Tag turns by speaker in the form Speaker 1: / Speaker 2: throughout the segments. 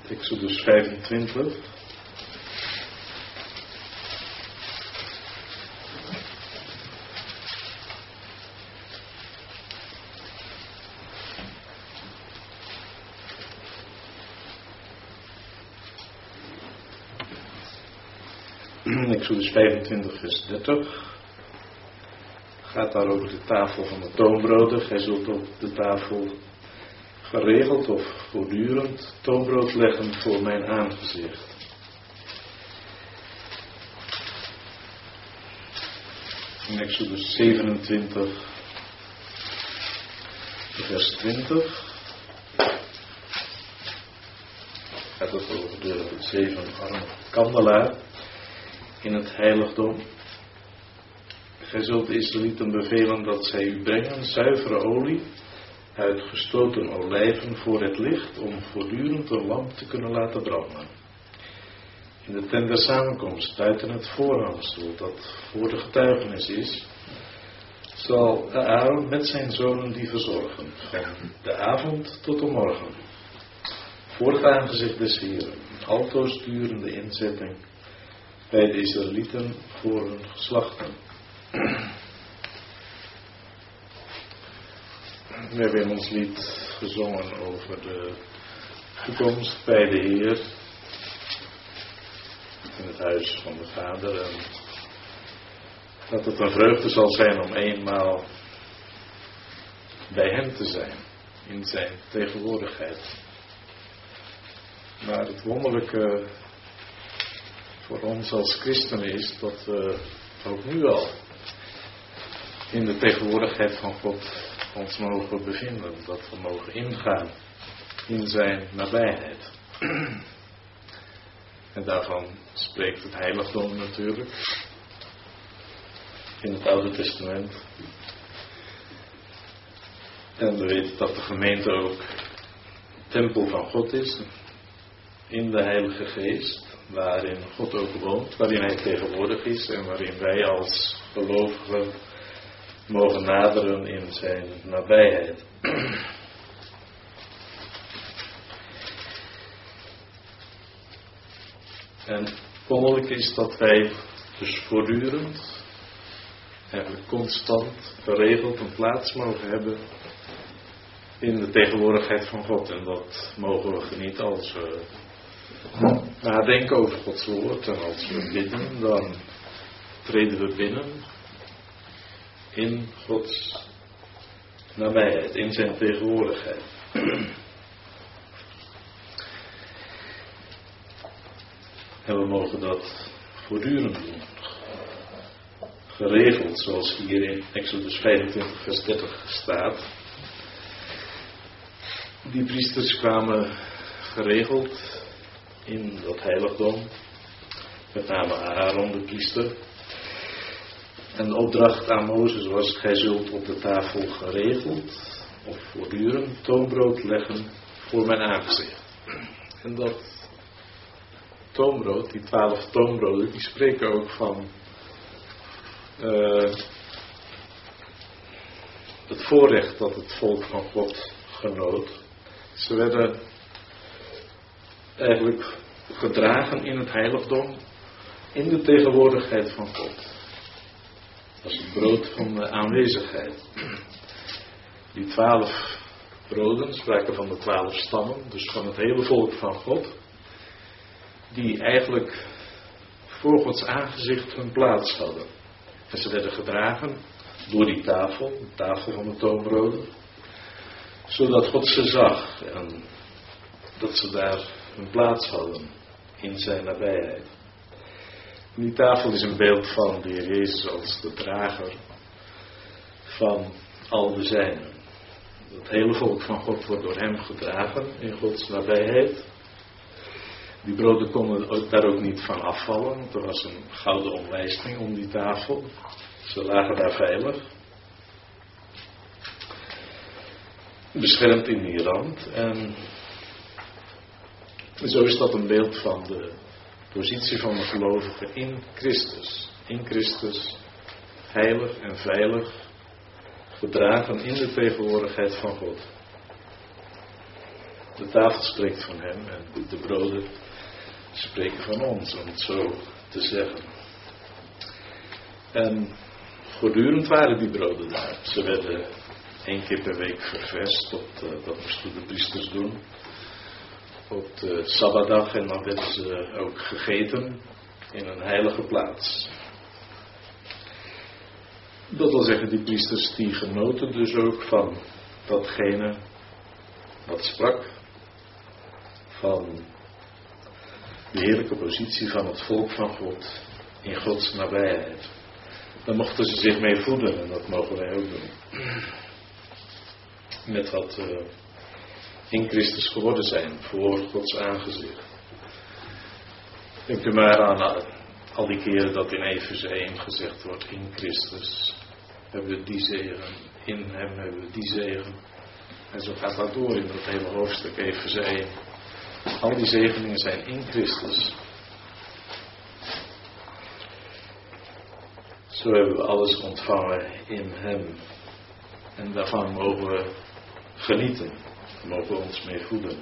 Speaker 1: Exodus 25. Exodus 25 vers 30 gaat daar over de tafel van de toonbroden. Gij zult op de tafel geregeld of voortdurend toonbrood leggen voor mijn aangezicht. In Exodus 27 vers 20 gaat het over de 7 arme kandelaar in het heiligdom. Gij zult de Israëlieten bevelen dat zij u brengen zuivere olie uit gestoten olijven voor het licht, om voortdurend een lamp te kunnen laten branden. In de tent der samenkomst, buiten het voorhangsel dat voor de getuigenis is, zal Aaron met zijn zonen die verzorgen, van de avond tot de morgen, voor het aangezicht des Heren, altoos durende inzetting bij de Israëlieten voor hun geslachten. We hebben in ons lied gezongen over de toekomst bij de Heer in het huis van de Vader, en dat het een vreugde zal zijn om eenmaal bij hem te zijn, in zijn tegenwoordigheid. Maar het wonderlijke voor ons als christenen is dat we ook nu al in de tegenwoordigheid van God ons mogen bevinden. Dat we mogen ingaan in zijn nabijheid. En daarvan spreekt het heiligdom natuurlijk in het Oude Testament. En we weten dat de gemeente ook het tempel van God is, in de Heilige Geest, waarin God ook woont, waarin hij tegenwoordig is en waarin wij als gelovigen mogen naderen in zijn nabijheid. En wonderlijk is dat wij dus voortdurend, eigenlijk constant, geregeld een plaats mogen hebben in de tegenwoordigheid van God. En dat mogen we genieten als we nadenken over Gods woord, en als we bidden, dan treden we binnen in Gods nabijheid, in zijn tegenwoordigheid. En we mogen dat voortdurend doen. Geregeld, zoals hier in Exodus 25 vers 30 staat. Die priesters kwamen geregeld in dat heiligdom, met name Aaron de priester. En de opdracht aan Mozes was: gij zult op de tafel geregeld of voortdurend toonbrood leggen voor mijn aangezicht. En dat toonbrood, die 12 toonbroden, die spreken ook van het voorrecht dat het volk van God genoot. Ze werden eigenlijk gedragen in het heiligdom in de tegenwoordigheid van God. Dat is het brood van de aanwezigheid. Die 12 broden spraken van de 12 stammen, dus van het hele volk van God, die eigenlijk voor Gods aangezicht hun plaats hadden. En ze werden gedragen door die tafel, de tafel van de toonbroden, zodat God ze zag en dat ze daar hun plaats hadden in zijn nabijheid. En die tafel is een beeld van de Heer Jezus als de drager van al de zijnen. Het hele volk van God wordt door hem gedragen in Gods nabijheid. Die broden konden daar ook niet van afvallen, want er was een gouden omlijsting om die tafel. Ze lagen daar veilig, beschermd in die rand. En zo is dat een beeld van de positie van de gelovige in Christus. In Christus, heilig en veilig, gedragen in de tegenwoordigheid van God. De tafel spreekt van hem en de broden spreken van ons, om het zo te zeggen. En voortdurend waren die broden daar. Ze werden 1 keer per week ververst, dat moesten de priesters doen. Op de Sabbatdag, en dan werden ze ook gegeten in een heilige plaats. Dat wil zeggen, die priesters die genoten dus ook van datgene wat sprak, van de heerlijke positie van het volk van God in Gods nabijheid. Daar mochten ze zich mee voeden en dat mogen wij ook doen. Met wat we in Christus geworden zijn, voor Gods aangezicht. Denk u maar aan al die keren dat in Efeze 1 gezegd wordt, in Christus hebben we die zegen, in hem hebben we die zegen. En zo gaat dat door in dat hele hoofdstuk Efeze 1. Al die zegeningen zijn in Christus. Zo hebben we alles ontvangen in hem. En daarvan mogen we genieten. Daar mogen we ons mee voeden.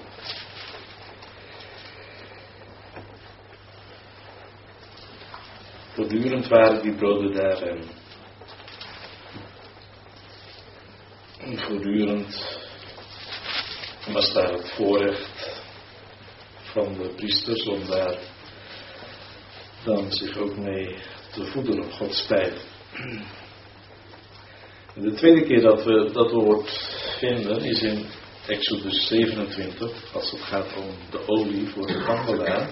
Speaker 1: Voortdurend waren die broden daar en voortdurend was daar het voorrecht van de priesters om daar dan zich ook mee te voeden op Gods tijd. En de tweede keer dat we dat woord vinden is in Exodus 27, als het gaat om de olie voor de wandelaar.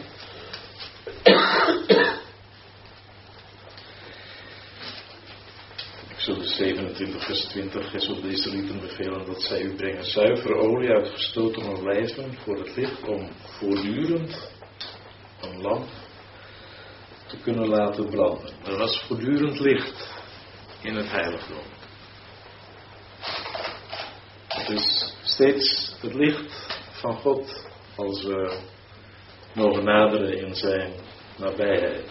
Speaker 1: Exodus 27 vers 20, Hij zal de Israëlieten bevelen dat zij u brengen zuivere olie uit gestoten olijven voor het licht, om voortdurend een lamp te kunnen laten branden. Er was voortdurend licht in het heiligdom. Het is steeds het licht van God als we mogen naderen in zijn nabijheid.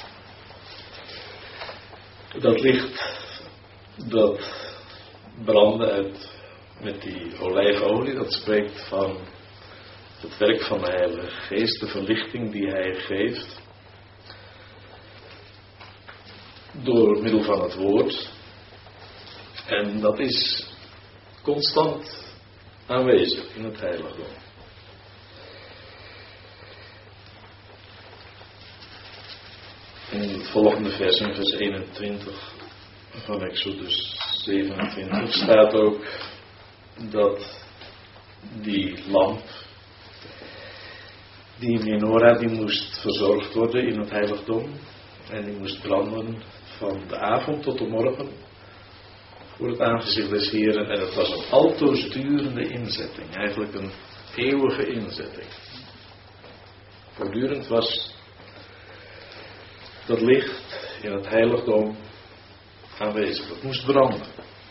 Speaker 1: Dat licht dat brandde uit met die olijfolie, dat spreekt van het werk van de Heilige Geest, de verlichting die Hij geeft door middel van het woord. En dat is constant aanwezig in het heiligdom. In het volgende vers, in vers 21 van Exodus 27, staat ook dat die lamp, die menorah, die moest verzorgd worden in het heiligdom. En die moest branden van de avond tot de morgen voor het aangezicht des Heren. En het was een altoos durende inzetting, eigenlijk een eeuwige inzetting. Voortdurend was dat licht in het heiligdom aanwezig. Het moest branden.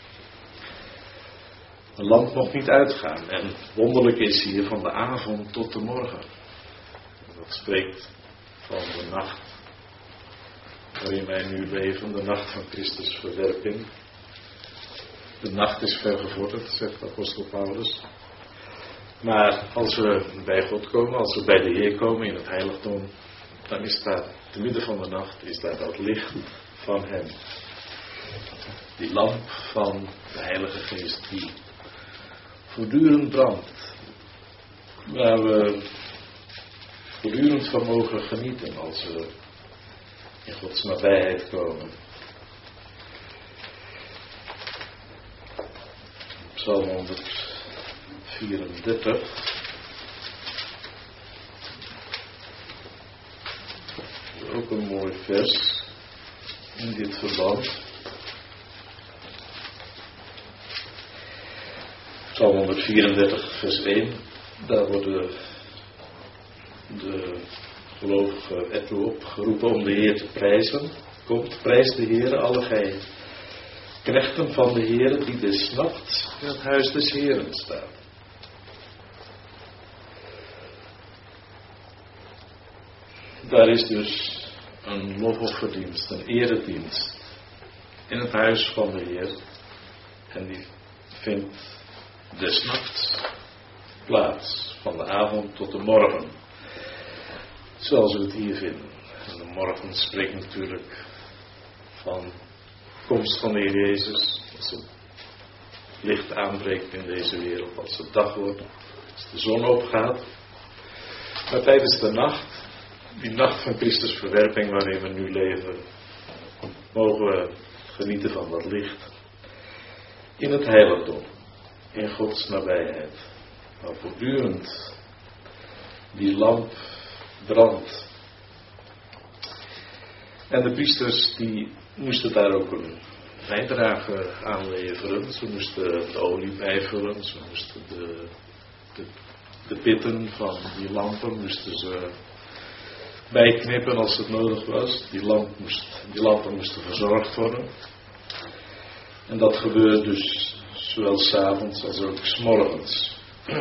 Speaker 1: De lamp mocht niet uitgaan. En wonderlijk is hier van de avond tot de morgen. Dat spreekt van de nacht waarin wij nu leven, de nacht van Christus verwerping. De nacht is vergevorderd, zegt apostel Paulus. Maar als we bij God komen, als we bij de Heer komen in het heiligdom, dan is daar, te midden van de nacht, is daar dat licht van Hem. Die lamp van de Heilige Geest die voortdurend brandt. Waar we voortdurend van mogen genieten als we in Gods nabijheid komen. Psalm 134. Ook een mooi vers in dit verband. Psalm 134 vers 1. Daar worden de gelovigen ertoe opgeroepen om de Heer te prijzen. Komt, prijs de Heer, alle gij knechten van de Heer die des nachts in het huis des Heeren staan. Daar is dus een lofofferdienst, een eredienst in het huis van de Heer. En die vindt des nachts plaats. van de avond tot de morgen. Zoals we het hier vinden. En de morgen spreekt natuurlijk van de komst van de Heer Jezus. Als het licht aanbreekt in deze wereld, als het dag wordt, als de zon opgaat. Maar tijdens de nacht, die nacht van Christus verwerping waarin we nu leven, mogen we genieten van dat licht. In het heiligdom, in Gods nabijheid. Maar voortdurend die lamp brandt. En de priesters die moesten daar ook een bijdrage aan leveren. Ze moesten de olie bijvullen, ze moesten de pitten van die lampen moesten ze bijknippen als het nodig was. Die lampen moesten verzorgd worden. En dat gebeurde dus zowel 's avonds als ook 's morgens.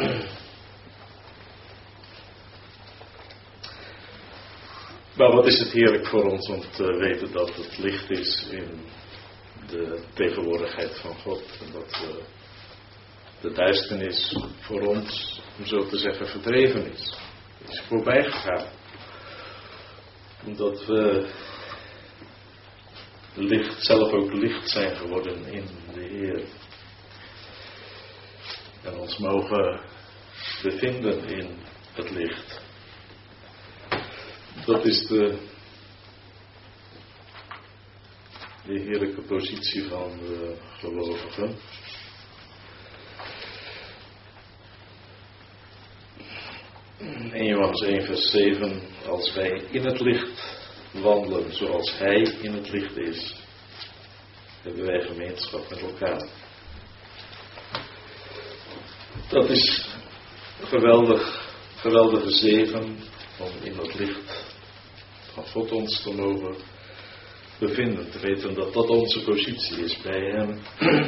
Speaker 1: Maar wat is het heerlijk voor ons om te weten dat het licht is in de tegenwoordigheid van God. En dat de duisternis voor ons, om zo te zeggen, verdreven is. Is voorbij gegaan. Omdat we licht, zelf ook licht zijn geworden in de Heer. En ons mogen bevinden in het licht. Dat is de heerlijke positie van de gelovigen. In Johannes 1 vers 7, als wij in het licht wandelen zoals Hij in het licht is, hebben wij gemeenschap met elkaar. Dat is een geweldige zegen om in het licht van God ons te mogen bevinden. Te weten dat dat onze positie is bij Hem.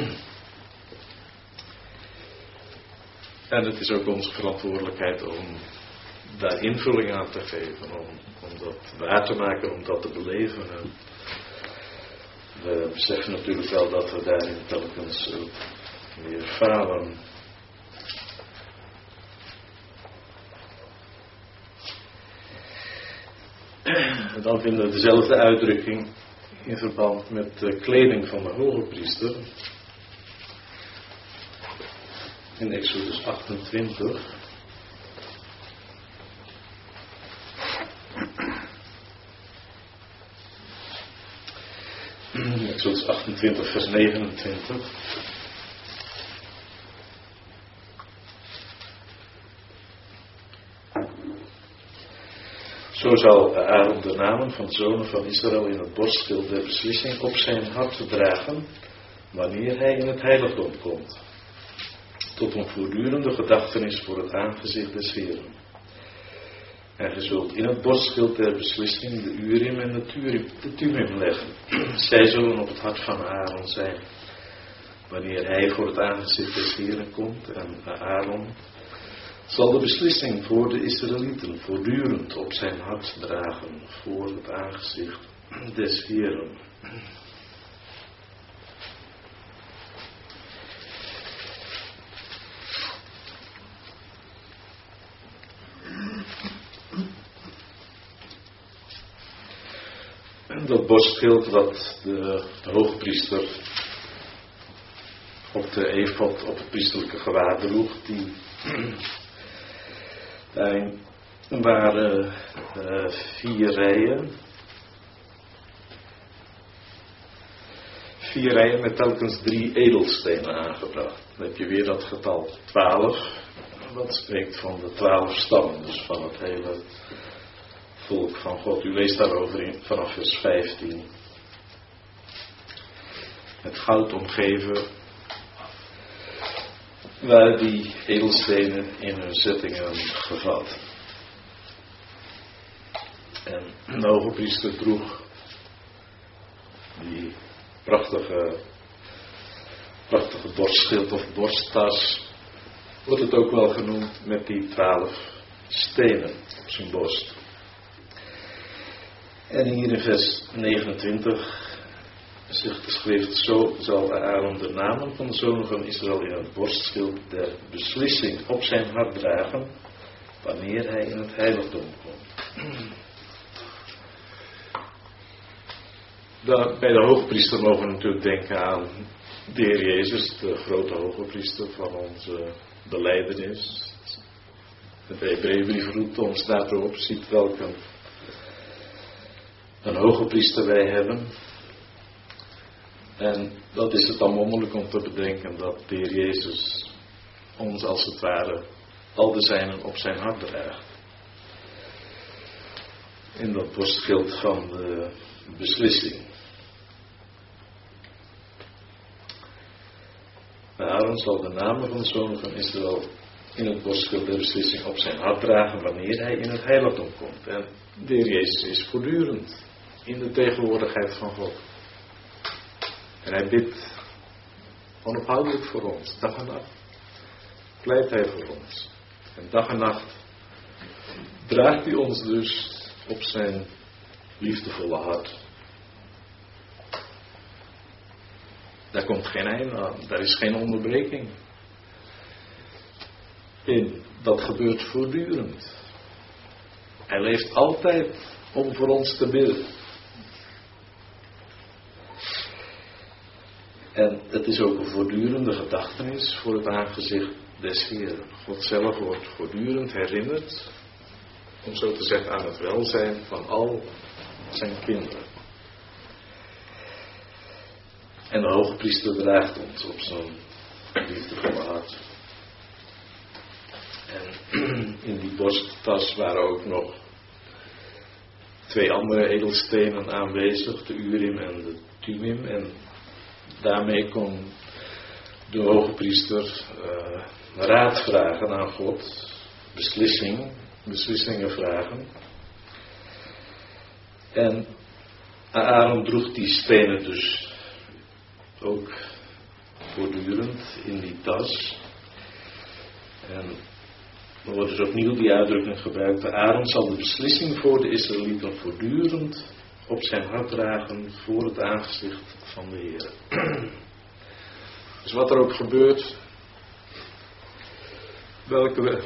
Speaker 1: En het is ook onze verantwoordelijkheid om daar invulling aan te geven. Om dat waar te maken, om dat te beleven. En we beseffen natuurlijk wel dat we daarin telkens weer falen. En dan vinden we dezelfde uitdrukking in verband met de kleding van de hoge priester. In Exodus 28. Exodus 28 vers 29. Zo zal Aaron de namen van de zonen van Israël in het borstschild der beslissing op zijn hart dragen, wanneer hij in het heiligdom komt, tot een voortdurende gedachtenis voor het aangezicht des Heeren. En ge zult in het borstschild der beslissing de Urim en de Thummim leggen. Zij zullen op het hart van Aaron zijn, wanneer hij voor het aangezicht des Heeren komt. En Aaron zal de beslissing voor de Israëlieten voortdurend op zijn hart dragen, voor het aangezicht des Heeren. En dat borstschild wat de hoogpriester op de efod, op het priesterlijke gewaad droeg, die daarin waren 4 rijen. 4 rijen met telkens 3 edelstenen aangebracht. Dan heb je weer dat getal 12. Dat spreekt van de 12 stammen, dus van het hele volk van God. U leest daarover vanaf vers 15. Het goud omgeven, waren die edelstenen in hun zettingen gevat. En de hogepriester droeg die prachtige borstschild of borsttas, wordt het ook wel genoemd, met die 12 stenen op zijn borst. En hier in vers 29 zegt de schrift: zo zal Aaron de namen van de zonen van Israël in het borstschild der beslissing op zijn hart dragen, wanneer hij in het heiligdom komt. Bij de hoogpriester mogen we natuurlijk denken aan de Heer Jezus, de grote hoogpriester van onze belijdenis. De Hebreeënbrief roept ons daarop, ziet welke een hoogpriester wij hebben. En dat is het dan wonderlijk om te bedenken dat de Heer Jezus ons als het ware al de zijnen op zijn hart draagt. In dat borstschild van de beslissing. Aaron zal de namen van de zonen van Israël in het borstschild der beslissing op zijn hart dragen wanneer hij in het heiligdom komt. En de Heer Jezus is voortdurend in de tegenwoordigheid van God. En hij bidt onophoudelijk voor ons, dag en nacht. Pleit hij voor ons. En dag en nacht draagt hij ons dus op zijn liefdevolle hart. Daar komt geen einde aan, daar is geen onderbreking. En dat gebeurt voortdurend. Hij leeft altijd om voor ons te bidden. En het is ook een voortdurende gedachtenis voor het aangezicht des Heeren. God zelf wordt voortdurend herinnerd, om zo te zeggen, aan het welzijn van al zijn kinderen. En de hoogpriester draagt ons op zo'n liefdevolle hart. En in die borsttas waren ook nog 2 andere edelstenen aanwezig, de Urim en de Thummim. En daarmee kon de hoogpriester raad vragen aan God, beslissingen vragen. En Aaron droeg die stenen dus ook voortdurend in die tas. En dan wordt dus opnieuw die uitdrukking gebruikt. Aaron zal de beslissing voor de Israëlieten voortdurend op zijn hart dragen voor het aangezicht van de Heer. Dus wat er ook gebeurt, welke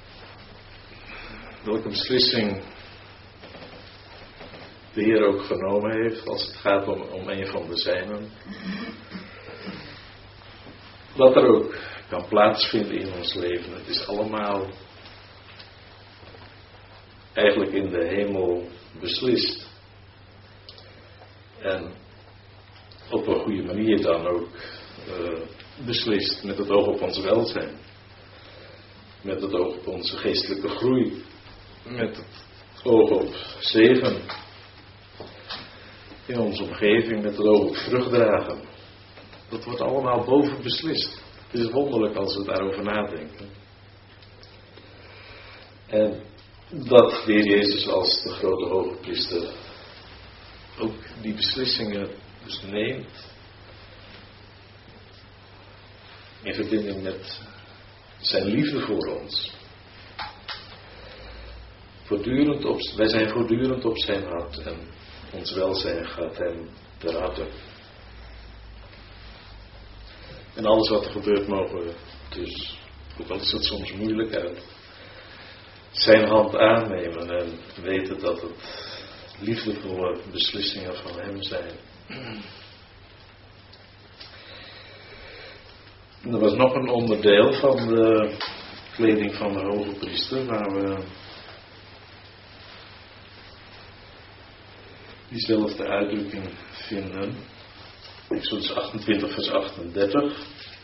Speaker 1: beslissing de Heer ook genomen heeft als het gaat om een van de zijnen. Wat er ook kan plaatsvinden in ons leven, het is allemaal eigenlijk in de hemel beslist. En op een goede manier dan ook beslist met het oog op ons welzijn. Met het oog op onze geestelijke groei. Met het oog op zegen. In onze omgeving met het oog op vruchtdragen. Dat wordt allemaal boven beslist. Het is wonderlijk als we daarover nadenken. En dat de Heer Jezus als de grote hogepriester ook die beslissingen dus neemt. In verbinding met zijn liefde voor ons. Wij zijn voortdurend op zijn hart en ons welzijn gaat hem ter harte. En alles wat er gebeurt mogen we dus, ook al is het soms moeilijk, uit zijn hand aannemen en weten dat het liefdevolle beslissingen van hem zijn. En er was nog een onderdeel van de kleding van de hogepriester waar we diezelfde uitdrukking vinden. Exodus 28 vers 38.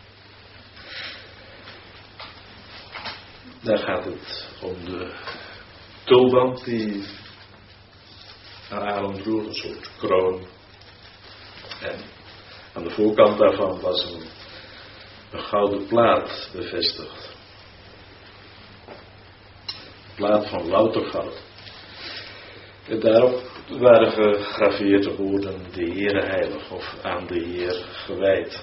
Speaker 1: Daar gaat het om de tulband die Aaron droeg, een soort kroon. En aan de voorkant daarvan was een gouden plaat bevestigd. Een plaat van louter goud. En daarop waren gegraveerd de woorden de Heere heilig of aan de Heer gewijd.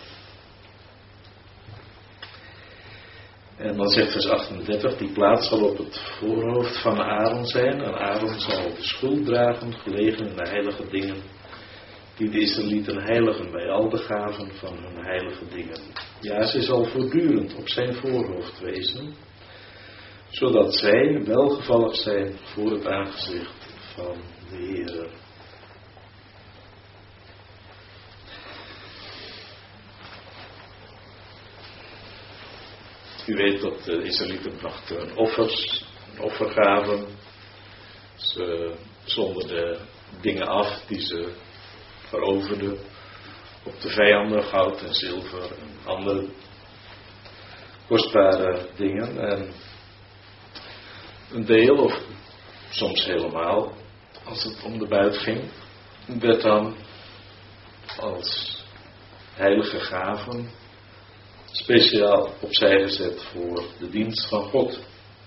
Speaker 1: En dan zegt vers 38, die plaat zal op het voorhoofd van Aaron zijn. En Aaron zal de schuld dragen, gelegen in de heilige dingen, die de Israëlieten heiligen bij al de gaven van hun heilige dingen. Ja, ze zal voortdurend op zijn voorhoofd wezen, zodat zij welgevallig zijn voor het aangezicht van de Heere. U weet dat de Israëlieten brachten offergaven. Ze zonden de dingen af die ze veroverden op de vijanden, goud en zilver en andere kostbare dingen. En een deel, of soms helemaal, als het om de buit ging, werd dan als heilige gaven speciaal opzij gezet voor de dienst van God.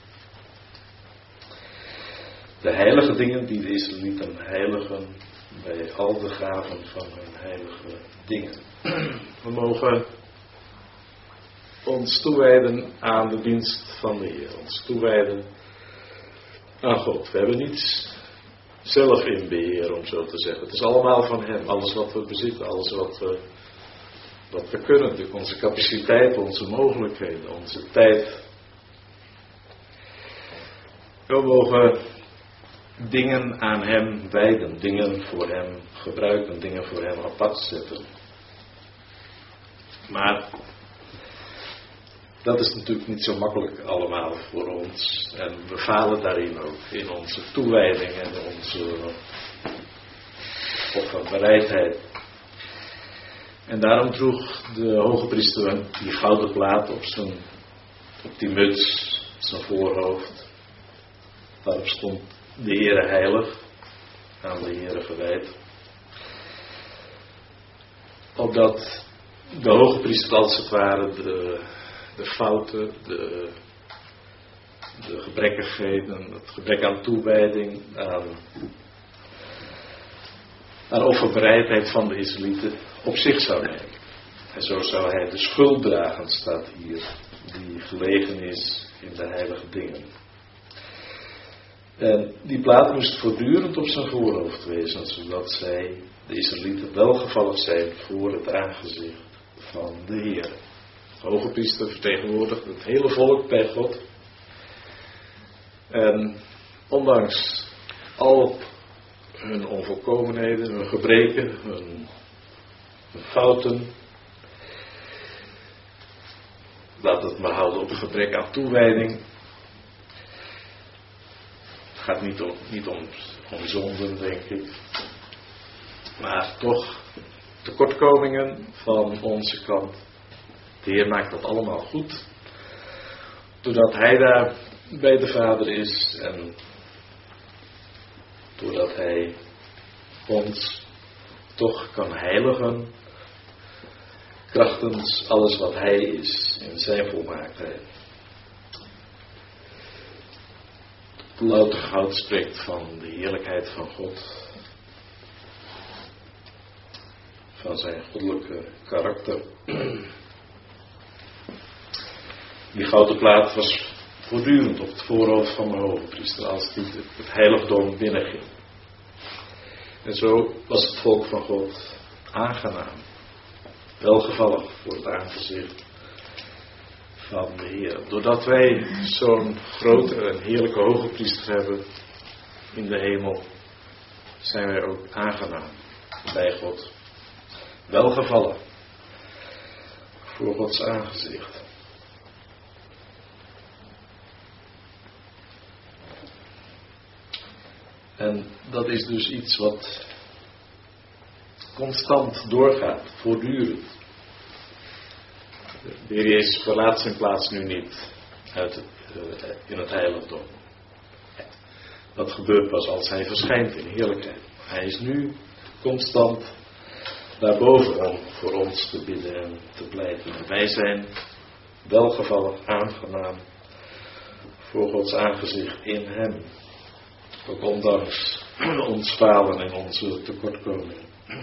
Speaker 1: De heilige dingen die de Israëlieten heiligen bij al de gaven van hun heilige dingen. We mogen ons toewijden aan de dienst van de Heer. Ons toewijden aan God. We hebben niets zelf in beheer, om zo te zeggen. Het is allemaal van Hem. Alles wat we bezitten, alles wat we kunnen. Onze capaciteit, onze mogelijkheden, onze tijd. We mogen dingen aan Hem wijden, dingen voor Hem gebruiken, dingen voor Hem apart zetten. Maar dat is natuurlijk niet zo makkelijk allemaal voor ons. En we falen daarin ook, in onze toewijding en onze offerbereidheid. En daarom droeg de hogepriester die gouden plaat op die muts, zijn voorhoofd. Daarop stond de Heere heilig, aan de Heere gewijd. Opdat de hogepriester als het ware de fouten, de gebrekkigheden, het gebrek aan toewijding, aan offerbereidheid van de Israëlieten op zich zou nemen. En zo zou hij de schuld dragen, staat hier, die gelegen is in de heilige dingen. En die plaat moest voortdurend op zijn voorhoofd wezen, zodat zij, de Israëlieten, welgevallig zijn voor het aangezicht van de Heer. De hoge priester vertegenwoordigt het hele volk bij God. En ondanks al hun onvolkomenheden, hun gebreken, hun fouten, laat het maar houden op een gebrek aan toewijding. Het gaat niet om zonden, denk ik. Maar toch tekortkomingen van onze kant. De Heer maakt dat allemaal goed. Doordat Hij daar bij de Vader is. En doordat Hij ons toch kan heiligen. Krachtens alles wat Hij is in zijn volmaaktheid. Louter goud spreekt van de heerlijkheid van God. Van zijn goddelijke karakter. Die gouden plaat was voortdurend op het voorhoofd van de hogepriester als hij het heiligdom binnenging. En zo was het volk van God aangenaam. Welgevallig voor het aangezicht van de Heer. Doordat wij zo'n grote en heerlijke hogepriester hebben in de hemel, zijn wij ook aangenaam bij God. Welgevallig voor Gods aangezicht. En dat is dus iets wat constant doorgaat, voortdurend. De Heer Jezus verlaat zijn plaats nu niet in het heiligdom. Dat gebeurt pas als Hij verschijnt in heerlijkheid. Hij is nu constant daarboven om voor ons te bidden en te pleiten. En wij zijn welgevallig, aangenaam voor Gods aangezicht in Hem. Ook ondanks ons falen en onze tekortkomingen.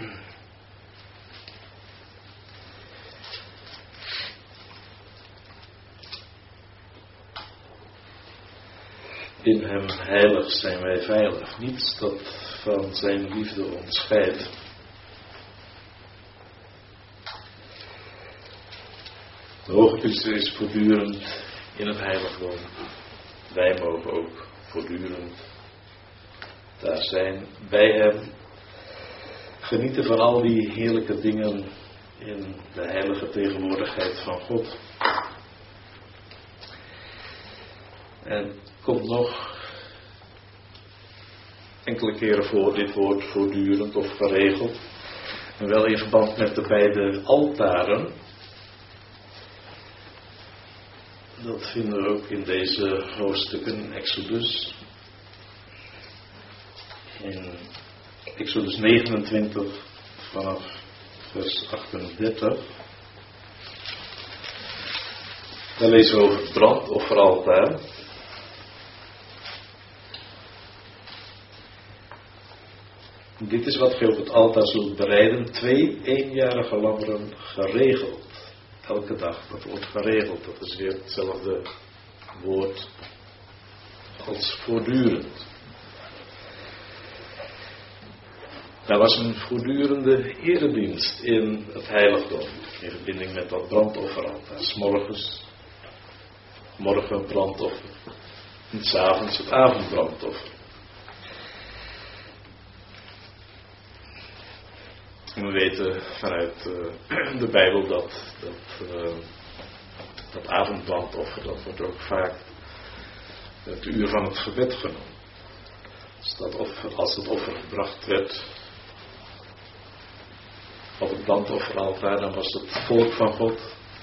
Speaker 1: In Hem heilig zijn wij veilig. Niets dat van zijn liefde ons scheidt. De hogepriester is voortdurend in het heiligdom. wij mogen ook voortdurend daar zijn bij hem. Genieten van al die heerlijke dingen in de heilige tegenwoordigheid van God. En komt nog enkele keren voor dit woord voortdurend of geregeld. En wel in verband met de beide altaren. Dat vinden we ook in deze hoofdstukken Exodus. In Exodus 29 vanaf vers 38. Daar lezen we over het brandofferaltaar. Dit is wat gij op het altaar zult bereiden, 2 eenjarige lammeren geregeld. Elke dag, dat wordt geregeld, dat is weer hetzelfde woord als voortdurend. Daar was een voortdurende eredienst in het heiligdom, in verbinding met dat brandofferaltaar. 's Morgens, morgen een brandoffer, en 's avonds het avondbrandoffer. En we weten vanuit de Bijbel dat avondbrandoffer, dat wordt ook vaak het uur van het gebed genoemd. Als het offer gebracht werd op het brandofferaltaar, dan was het volk van God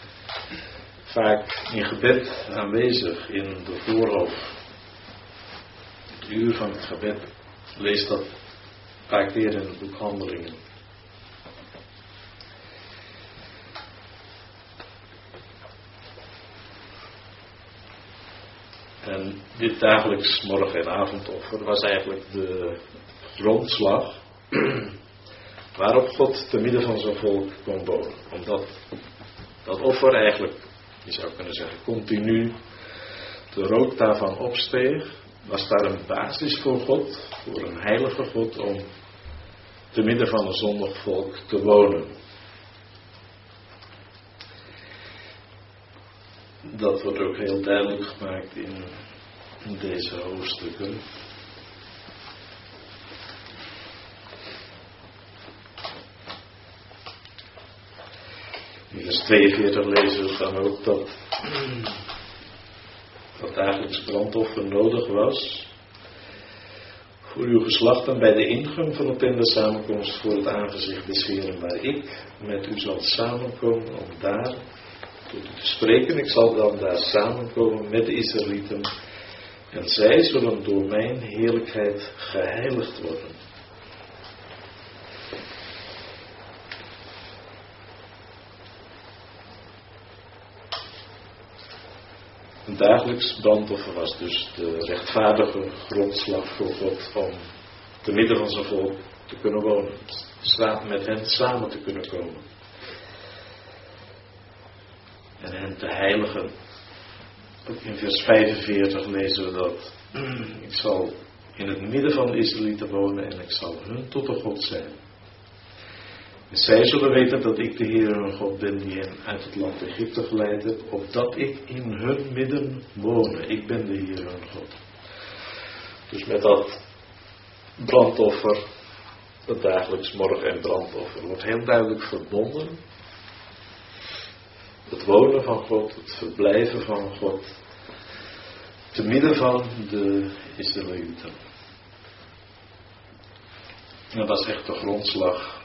Speaker 1: vaak in gebed aanwezig in de voorhof. Het uur van het gebed, lees dat een paar keer in het boek Handelingen. En dit dagelijks morgen- en avondoffer was eigenlijk de grondslag waarop God te midden van zijn volk kon wonen. Omdat dat offer eigenlijk, je zou kunnen zeggen, continu de rook daarvan opsteeg, was daar een basis voor God, voor een heilige God, om te midden van een zondig volk te wonen. Dat wordt ook heel duidelijk gemaakt in deze hoofdstukken. In vers 42 lezen we dan ook dat dagelijks brandoffer nodig was voor uw geslachten bij de ingang van de tent der samenkomst voor het aangezicht des Heeren, waar ik met u zal samenkomen om daar tot u te spreken. Ik zal dan daar samenkomen met de Israëlieten en zij zullen door mijn heerlijkheid geheiligd worden. Een dagelijks brandoffer was dus de rechtvaardige grondslag voor God om te midden van zijn volk te kunnen wonen, met hen samen te kunnen komen en hen te heiligen. Ook in vers 45 lezen we dat ik zal in het midden van de Israëlieten wonen en ik zal hun tot de God zijn. En zij zullen weten dat ik de Heer hun God ben die hen uit het land Egypte geleid heb, opdat ik in hun midden wonen. Ik ben de Heer hun God. Dus met dat brandoffer, dat dagelijks morgen- en brandoffer, wordt heel duidelijk verbonden het wonen van God, het verblijven van God, te midden van de Israëlieten. En dat is echt de grondslag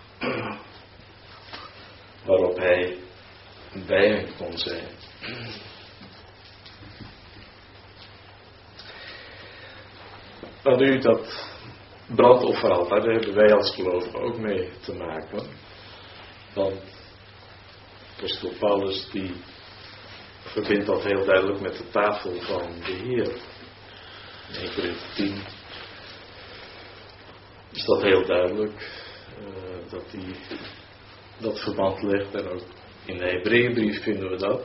Speaker 1: waarop hij bij hen kon zijn. Maar nu dat brandofferaltaar, daar hebben wij als gelovigen ook mee te maken. Want apostel Paulus die verbindt dat heel duidelijk met de tafel van de Heer. In 1 Korinthe 10 is dat heel duidelijk, dat hij dat verband legt. En ook in de Hebreeënbrief vinden we dat.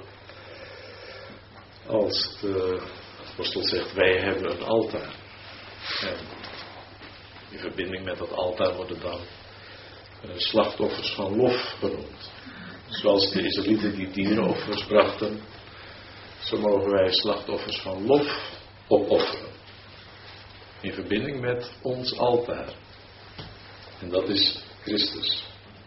Speaker 1: Als de apostel zegt, wij hebben een altaar. En in verbinding met dat altaar worden dan slachtoffers van lof genoemd. Zoals de Israëlieten die dierenoffers brachten, zo mogen wij slachtoffers van lof opofferen. In verbinding met ons altaar. En dat is Christus.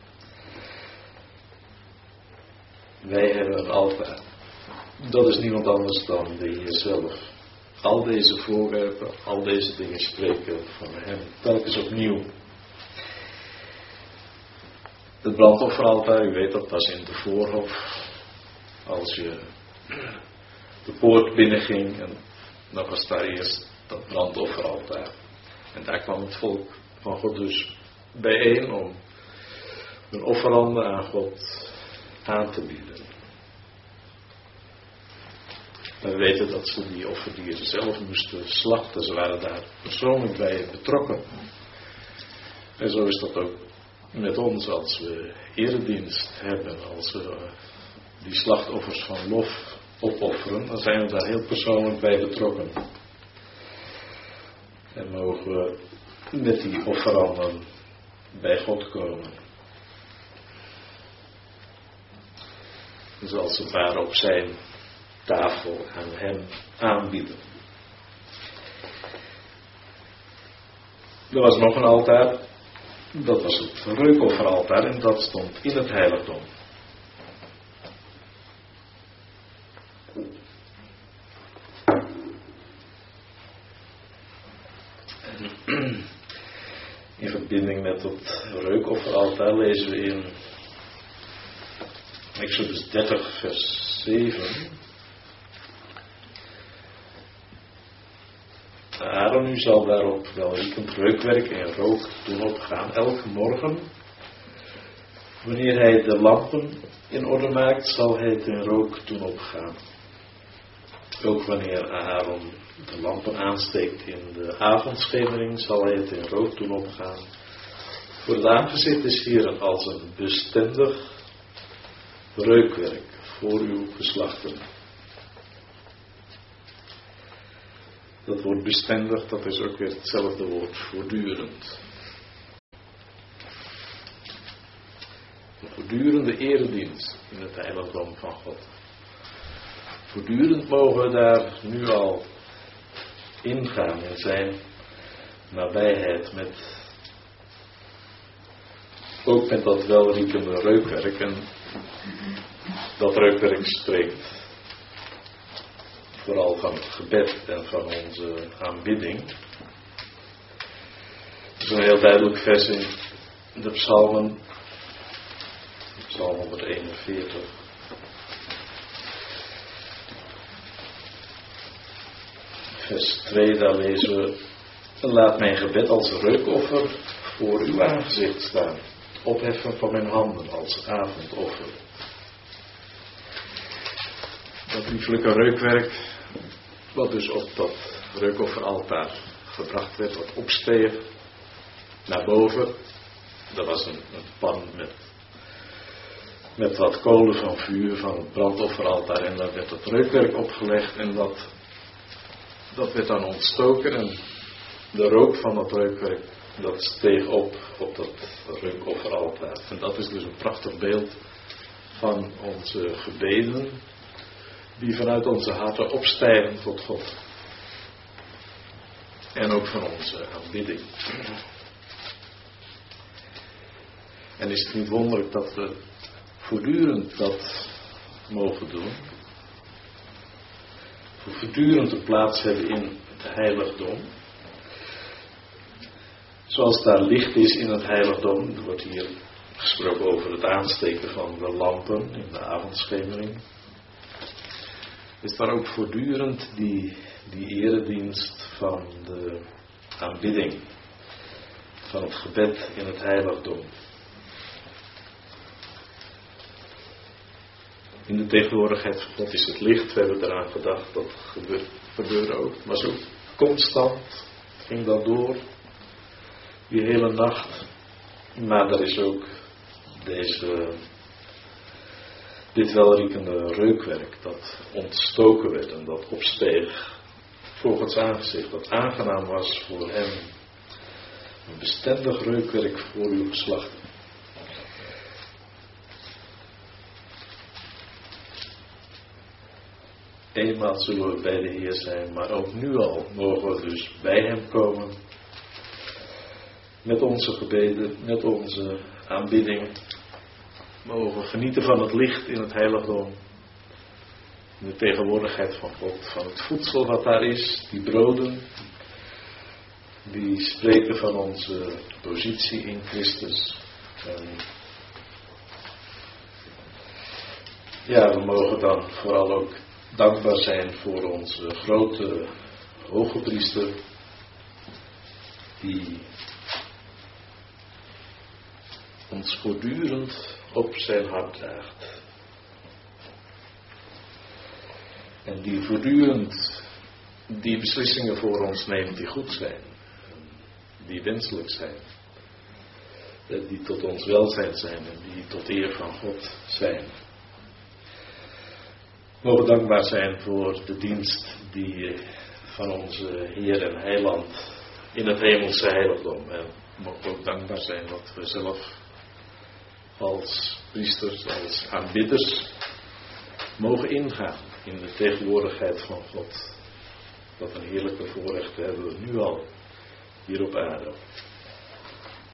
Speaker 1: Wij hebben een altaar. Dat is niemand anders dan de Heer zelf. Al deze voorwerpen, al deze dingen spreken van hem telkens opnieuw. Het brandofferaltaar, u weet dat, was in de voorhof. Als je de poort binnenging, en dan was daar eerst dat brandofferaltaar. En daar kwam het volk van God dus bijeen om hun offeranden aan God aan te bieden. We weten dat ze die offerdieren zelf moesten slachten. Ze waren daar persoonlijk bij betrokken. En zo is dat ook met ons als we eredienst hebben. Als we die slachtoffers van lof opofferen, dan zijn we daar heel persoonlijk bij betrokken. En mogen we met die offeranden bij God komen. Dus als het ware op zijn tafel aan hem aanbieden. Er was nog een altaar. Dat was het reukofferaltaar en dat stond in het heiligdom. In verbinding met het reukofferaltaar lezen we in Exodus 30 vers 7. Aaron, u zal daarop welriekend reukwerk en rook doen opgaan, elke morgen. Wanneer hij de lampen in orde maakt, zal hij het in rook doen opgaan. Ook wanneer Aaron de lampen aansteekt in de avondschemering, zal hij het in rook doen opgaan. Voor het aangezicht des Heeren als een bestendig reukwerk voor uw geslachten. Dat woord bestendig, dat is ook weer hetzelfde woord voortdurend. Een voortdurende eredienst in het heiligdom van God. Voortdurend mogen we daar nu al ingaan in zijn nabijheid ook met dat welriekende reukwerk. En dat reukwerk spreekt vooral van het gebed en van onze aanbidding. Er is een heel duidelijk vers in de psalmen. Psalm 141. Vers 2, daar lezen we: laat mijn gebed als reukoffer voor uw aangezicht staan. Opheffen van mijn handen als avondoffer. Dat lieflijke reukwerk, wat dus op dat reukofferaltaar gebracht werd, wat opsteeg naar boven. Dat was een pan met wat kolen van vuur van het brandofferaltaar. En daar werd het reukwerk opgelegd en dat werd dan ontstoken. En de rook van dat reukwerk, dat steeg op dat reukofferaltaar. En dat is dus een prachtig beeld van onze gebeden, die vanuit onze harten opstijgen tot God. En ook van onze aanbidding. En is het niet wonderlijk dat we voortdurend dat mogen doen? Voortdurend een plaats hebben in het heiligdom. Zoals daar licht is in het heiligdom. Er wordt hier gesproken over het aansteken van de lampen in de avondschemering. Is daar ook voortdurend die eredienst van de aanbidding. Van het gebed in het heiligdom. In de tegenwoordigheid van God is het licht. We hebben eraan gedacht, dat gebeurde ook. Maar zo constant ging dat door. Die hele nacht. Maar er is ook dit welriekende reukwerk dat ontstoken werd en dat opsteeg voor Gods aangezicht. Dat aangenaam was voor hem. Een bestendig reukwerk voor uw geslachten. eenmaal zullen we bij de Heer zijn, maar ook nu al mogen we dus bij Hem komen. Met onze gebeden, met onze aanbidding. Mogen we genieten van het licht in het heiligdom. In de tegenwoordigheid van God. Van het voedsel wat daar is, die broden. Die spreken van onze positie in Christus. En ja, we mogen dan vooral ook dankbaar zijn voor onze grote hoge priester. Die ons voortdurend op zijn hart draagt. En die voortdurend die beslissingen voor ons neemt die goed zijn. Die wenselijk zijn. Die tot ons welzijn zijn en die tot eer van God zijn. We mogen dankbaar zijn voor de dienst die van onze Heer en Heiland in het hemelse heiligdom. En we mogen ook dankbaar zijn dat we zelf als priesters, als aanbidders mogen ingaan in de tegenwoordigheid van God. Wat een heerlijke voorrecht hebben we nu al hier op aarde.